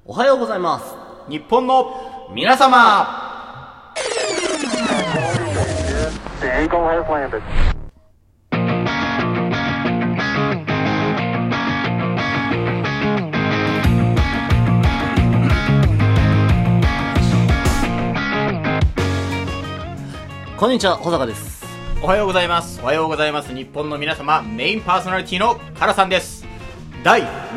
おはようございます。 日本の皆様。 こんにちは、保坂です。 おはようございます。おはようございます。日本の皆様、メインパーソナリティのカラさんです。第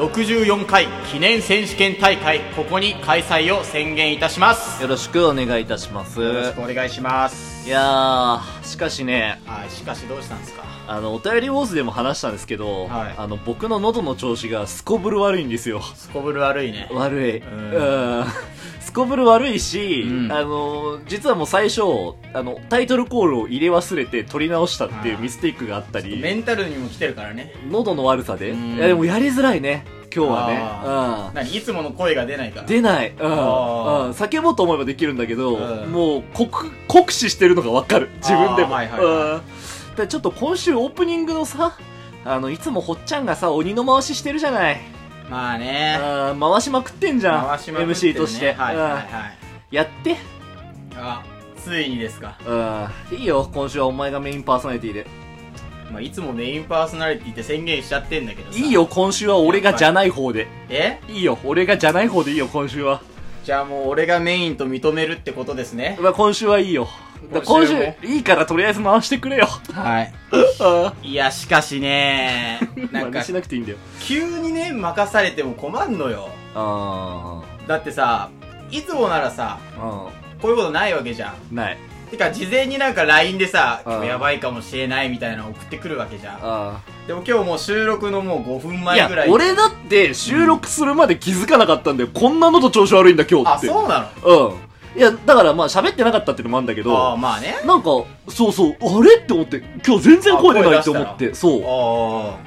64回記念選手権大会、ここに開催を宣言いたします。 よろしくお願いいたします。 よろしくお願いします。 いやー、しかしね、 しかしどうしたんですか？ お便りウォーズでも話したんですけど、 はい、 僕の喉の調子がすこぶる悪いんですよ。 すこぶる悪いね。 悪い。すこぶる悪いし、実はもう最初、タイトルコールを入れ忘れて取り直したっていうミステイクがあったり。 メンタルにも来てるからね。 喉の悪さで。いやでもやりづらいね。今日はね。いつもの声が出ないから。 出ない。叫ぼうと思えばできるんだけど、もう酷使してるのがわかる。自分でも。ちょっと今週オープニングのさ、いつもほっちゃんがさ、鬼の回ししてるじゃない。 まあね。 回しまくってんじゃん。 回しまくってんね。 MC として。やって。 ついにですか。 いいよ、今週はお前がメインパーソナリティで。 いつもメインパーソナリティって宣言しちゃってんだけどさ。 いいよ、今週は俺がじゃない方で。 いいよ、俺がじゃない方でいいよ、今週は。 じゃあもう俺がメインと認めるってことですね。 今週はいいよ。今週いいからとりあえず回してくれよ。 はい。いや、しかしね、 なんかしなくていいんだよ。 急にね、任されても困んのよ。だってさ、いつもならさ、こういうことないわけじゃん。 ない。 てか、事前になんか LINE でさ、今日やばいかもしれないみたいなの送ってくるわけじゃん。でも今日もう収録のもう5分前ぐらい。 いや、俺だって収録するまで気づかなかったんだよ。こんな喉調子悪いんだ今日って。 そうなの？ いや、だからまあ喋ってなかったっていうのもあるんだけど。 まあね。 なんか、そうそう、あれって思って、今日全然声出ないって思って、そう。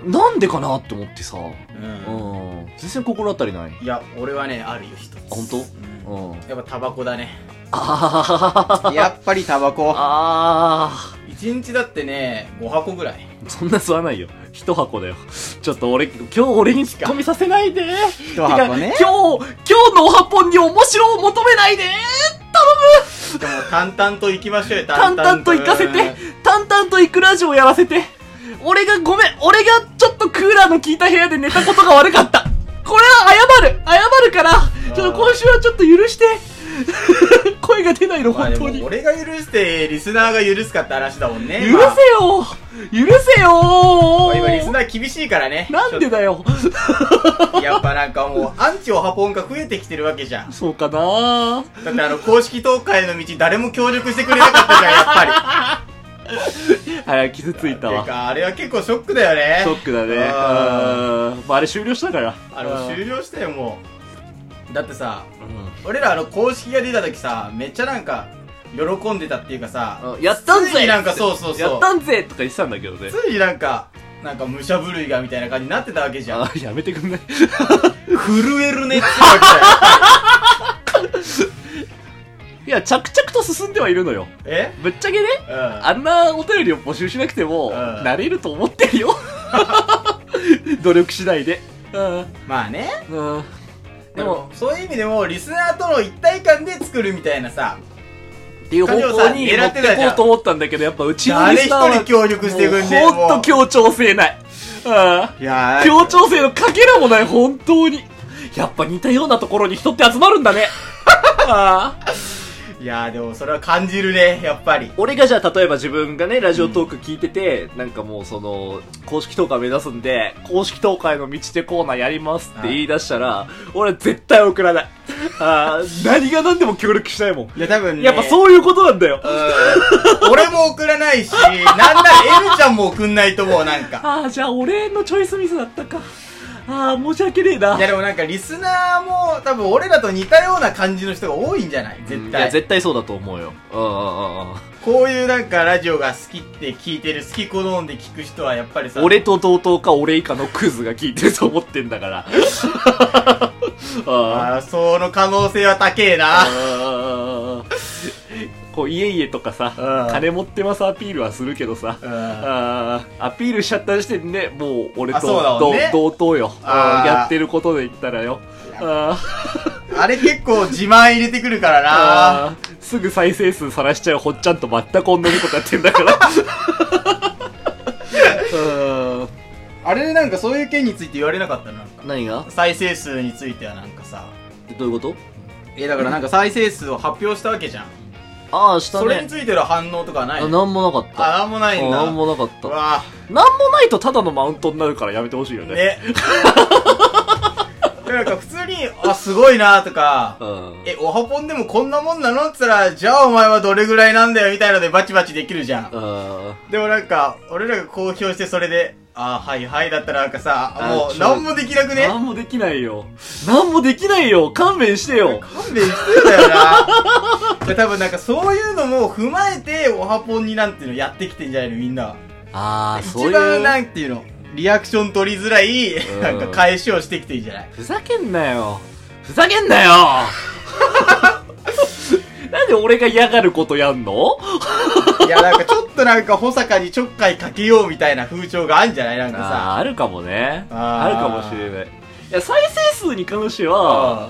なんでかなって思ってさ。全然心当たりない。 いや、俺はね、あるよ、一つ。 本当？ やっぱタバコだね。 やっぱりタバコ。 1 日だってね、5箱ぐらい。 そんな吸わないよ。1箱だよ。ちょっと今日俺にツッコミさせないで。 1箱ね。 今日のおはぽんに面白を求めないで。頼む。 でも淡々と行きましょうよ、 淡々と行かせて。淡々と行くラジオやらせて。俺がちょっとクーラーの効いた部屋で寝たことが悪かった。これは謝るから、ちょっと今週はちょっと許して。声が出ないの、本当に。 俺が許して、リスナーが許すかって話だもんね。 許せよ今リスナー厳しいからね。 なんでだよ。 やっぱなんかもう、アンチオハポンが増えてきてるわけじゃん。 そうかな。 だって公式東海の道誰も協力してくれなかったじゃん、やっぱり。傷ついたわ。 てか、あれは結構ショックだよね。 ショックだね。あれ終了したから。 終了したよ、もう。だってさ、俺ら公式が出た時さ、めっちゃなんか、喜んでたっていうかさ、 やったんぜ！ ついになんかそうやったんぜとか言ってたんだけどね。 ついになんか武者震いがみたいな感じになってたわけじゃん。 やめてくんない？ 震えるねってわけだよ。 いや、着々と進んではいるのよ。ぶっちゃけね、あんなお便りを募集しなくても、なれると思ってるよ。努力次第で。 まあね。でも、そういう意味でも、リスナーとの一体感で作るみたいなさ、 っていう方向に持ってこうと思ったんだけど、やっぱうちのリスナーは誰一人協力してくんね。 ほんと協調性ない。協調性のかけらもない、本当に。やっぱ似たようなところに人って集まるんだね。 いやーでもそれは感じるね、やっぱり。 俺がじゃあ例えば自分がね、ラジオトーク聞いてて、なんかもう公式トーカー目指すんで、公式トーカーへの道でコーナーやりますって言い出したら、俺は絶対送らない。何が何でも協力したいもん。 いや多分ね。 やっぱそういうことなんだよ。 俺も送らないし、なんならL ちゃんも送んないと思う、なんか。 じゃあ俺のチョイスミスだったか。申し訳ねえな。 いやでもなんかリスナーも多分俺らと似たような感じの人が多いんじゃない？絶対。 いや絶対そうだと思うよ。 こういうなんかラジオが好きって聞いてる、好き好んで聞く人はやっぱりさ、 俺と同等か俺以下のクズが聞いてると思ってんだから。 その可能性は高えな。 こう家々とかさ、金持ってますアピールはするけどさ、アピールしちゃった時点でもう俺と同等よ。やってることで言ったらよ。 あれ結構自慢入れてくるからな。 すぐ再生数さらしちゃうほっちゃんと全く同じことやってんだから。 あれなんかそういう件について言われなかったの？なんか何が？ 再生数についてはなんかさ。 どういうこと？ だからなんか再生数を発表したわけじゃん。 したね。 それについての反応とかはない？ なんもなかった。 なんもないんだ。 なんもなかった。 わなんもないとただのマウントになるからやめてほしいよね。ね。 なんか普通に、すごいなとか、オハポンでもこんなもんなのって言ったら、じゃあお前はどれぐらいなんだよみたいのでバチバチできるじゃん。でもなんか、俺らが公表してそれで、はいはいだったらなんかさ、もうなんもできなくね？ なんもできないよ。なんもできないよ。勘弁してよ。 勘弁してよだよな。多分なんかそういうのも踏まえて、オハポンになんていうのやってきてんじゃないのみんな。 そういう。 一番なんていうのリアクション取りづらい、なんか返しをしてきていいじゃない？ ふざけんなよ。ふざけんなよ。なんで俺が嫌がることやんの？ いやなんかちょっとなんか保坂にちょっかいかけようみたいな風潮があるんじゃない？なんかさ。 あるかもね。あるかもしれない。いや、再生数に関しては、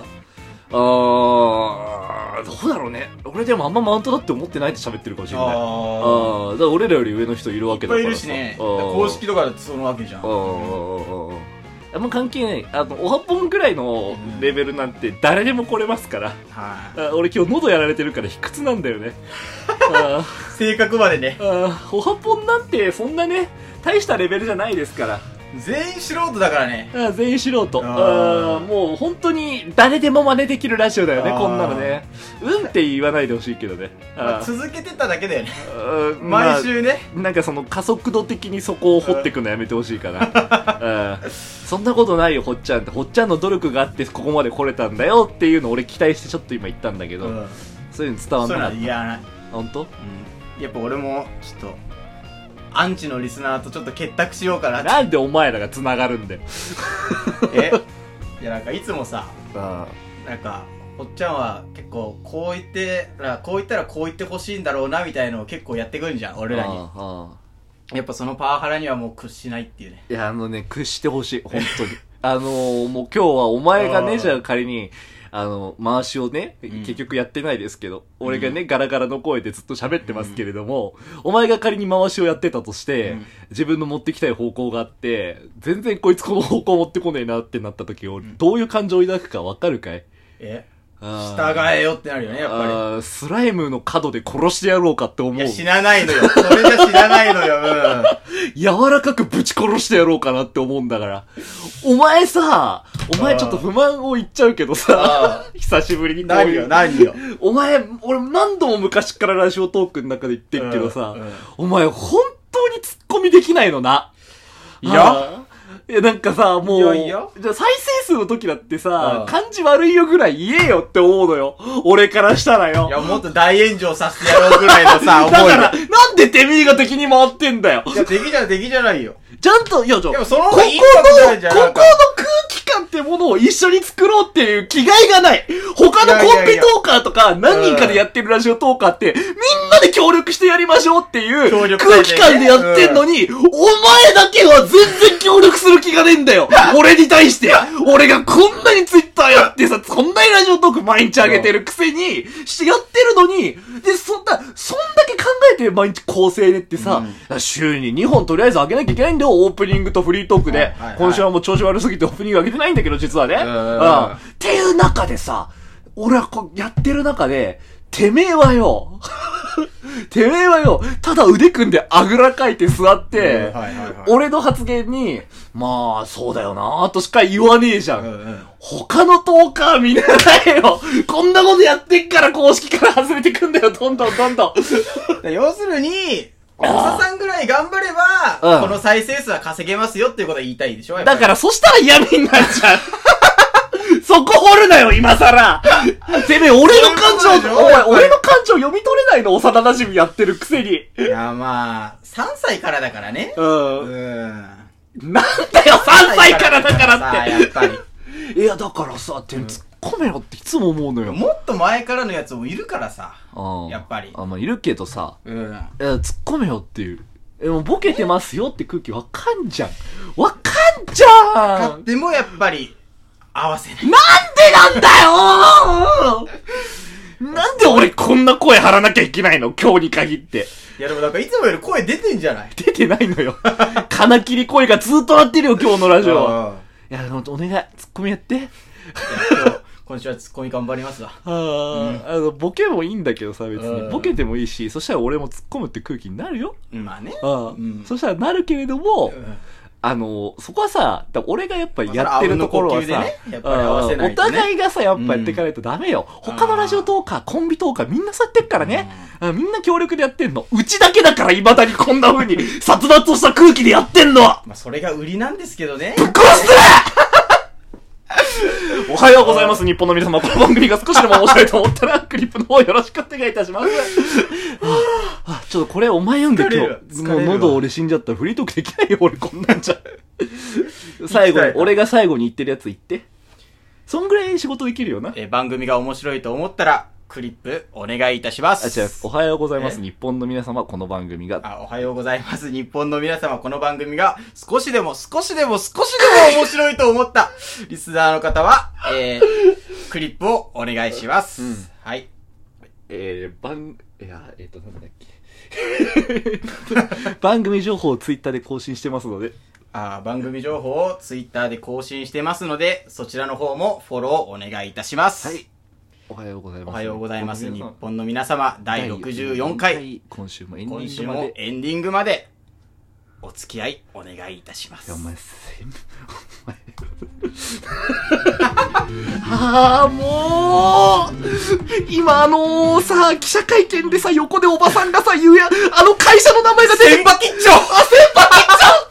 どうだろうね。俺でもあんまマウントだって思ってないって喋ってるかもしれない。だから俺らより上の人いるわけだから。 いっぱいいるしね。公式とかだってそのわけじゃん。 あんま関係ない。おはぽんぐらいのレベルなんて誰でも来れますから。俺今日喉やられてるから卑屈なんだよね。 性格までね。 おはぽんなんてそんなね、大したレベルじゃないですから。 全員素人だからね。 全員素人。もう本当に誰でも真似できるラジオだよね、こんなのね。って言わないでほしいけどね。 続けてただけだよね。毎週ね。 なんかその加速度的にそこを掘ってくのやめてほしいかな。そんなことないよ、ほっちゃんって。ほっちゃんの努力があってここまで来れたんだよっていうのを俺期待してちょっと今言ったんだけど、そういうの伝わんなかった。 そういうの言わない。 本当？ やっぱ俺もちょっとアンチのリスナーとちょっと結託しようかなって。 なんでお前らが繋がるんだよ。 いやなんかいつもさ、なんかほっちゃんは結構こう言ったらこう言ってほしいんだろうなみたいのを結構やってくんじゃん俺らに。やっぱそのパワハラにはもう屈しないっていうね。 いや屈してほしい本当に。もう今日はお前がね、じゃあ仮に回しをね、結局やってないですけど、俺がね、ガラガラの声でずっと喋ってますけれども、お前が仮に回しをやってたとして、自分の持ってきたい方向があって、全然こいつこの方向持ってこねえなってなった時を、どういう感情を抱くかわかるかい？ 従えよってなるよね、やっぱり。 スライムの角で殺してやろうかって思う。いや、 死なないのよ。それじゃ死なないのよ、 柔らかくぶち殺してやろうかなって思うんだから。お前ちょっと不満を言っちゃうけどさ、久しぶりにこういう。 何よ。 お前、俺何度も昔からラジオトークの中で言ってるけどさ、お前本当にツッコミできないのな。 いやなんかさ、もう、じゃあ再生数の時だってさ、感じ悪いよぐらい言えよって思うのよ。俺からしたらよ。 いや、もっと大炎上させてやろうぐらいのさ、思うよ。 だから、なんでてめえが敵に回ってんだよ。 いや、敵じゃないよ。 ちゃんと、いや、でもその方がいいかもしれないじゃん。 ここの空気感ってものを一緒に作ろうっていう気概がない。他のコンビトーカーとか何人かでやってるラジオトーカーってみんなで協力してやりましょうっていう空気感でやってんのに、お前だけは全然協力する気がねえんだよ。俺に対して。俺がこんなにツイッターやってさ、こんなにラジオトーク毎日上げてるくせに、してやってるのに、で、そんだけ考えて毎日構成でってさ、週に2本とりあえず上げなきゃいけないんだよ、オープニングとフリートークで。今週はもう調子悪すぎてオープニング上げてないんだけど、実はね。っていう中でさ、俺はやってる中で、てめえはよ、ただ腕組んであぐらかいて座って、俺の発言に、まあ、そうだよなとしか言わねえじゃん。他のトーカーみんなないよ。こんなことやってっから公式から外れてくんだよ、どんどん。 要するに、おささんぐらい頑張れば、この再生数は稼げますよっていうことは言いたいでしょ？ だからそしたら嫌味になっちゃう。そこ掘るなよ、今更。てめえ、俺の感情読み取れないの、幼馴染やってるくせに。 いや、まあ、3歳からだからね。 なんだよ、3歳からだからって。 やっぱり。 いや、だからさ、ツッ込めろっていつも思うのよ。 もっと前からのやつもいるからさ。やっぱり。 まあいるけどさ。 うん。 突っ込めよっていう。もうボケてますよって空気わかんじゃん。わかんじゃん。 でもやっぱり、合わせない。 なんでなんだよなんで俺こんな声張らなきゃいけないの今日に限って。 いやでもなんかいつもより声出てんじゃない？ 出てないのよ。金切り声がずっと鳴ってるよ、今日のラジオ。いや、ほんとお願い、ツッコミやって。いや、 今週はツッコミ頑張りますわ。 ボケもいいんだけどさ、別に。ボケてもいいし、そしたら俺も突っ込むって空気になるよ。 まあね。 そしたらなるけれども、そこはさ、俺がやっぱやってるところはさ、お互いがさ、やっぱやっていかないとダメよ。他のラジオトーカー、コンビトーカーみんなそうやってっからね。みんな協力でやってんの。うちだけだから未だにこんな風に殺伐とした空気でやってんのは。 まあそれが売りなんですけどね。 ぶっ殺すおはようございます、日本の皆様。この番組が少しでも面白いと思ったら、クリップの方よろしくお願いいたします。ちょっとこれお前読んで今日。もう喉俺死んじゃったらフリートークできないよ、俺こんなんじゃ。最後に、俺が最後に言ってるやつ言って。そんぐらい仕事できるよな。 番組が面白いと思ったら、クリップお願いいたします。 違う。おはようございます、日本の皆様。この番組が。 おはようございます、日本の皆様。この番組が少しでも面白いと思ったリスナーの方は、クリップをお願いします。はい。 なんだっけ。番組情報をツイッターで更新してますので。 番組情報をツイッターで更新してますので、そちらの方もフォローお願いいたします。 はい。おはようございます。 おはようございます。日本の皆様、第64回。 今週もエンディングまで、お付き合いお願いいたします。 お前、もう、今さ、記者会見でさ、横でおばさんがさ、言うや、会社の名前が出て千葉吉兆千葉吉兆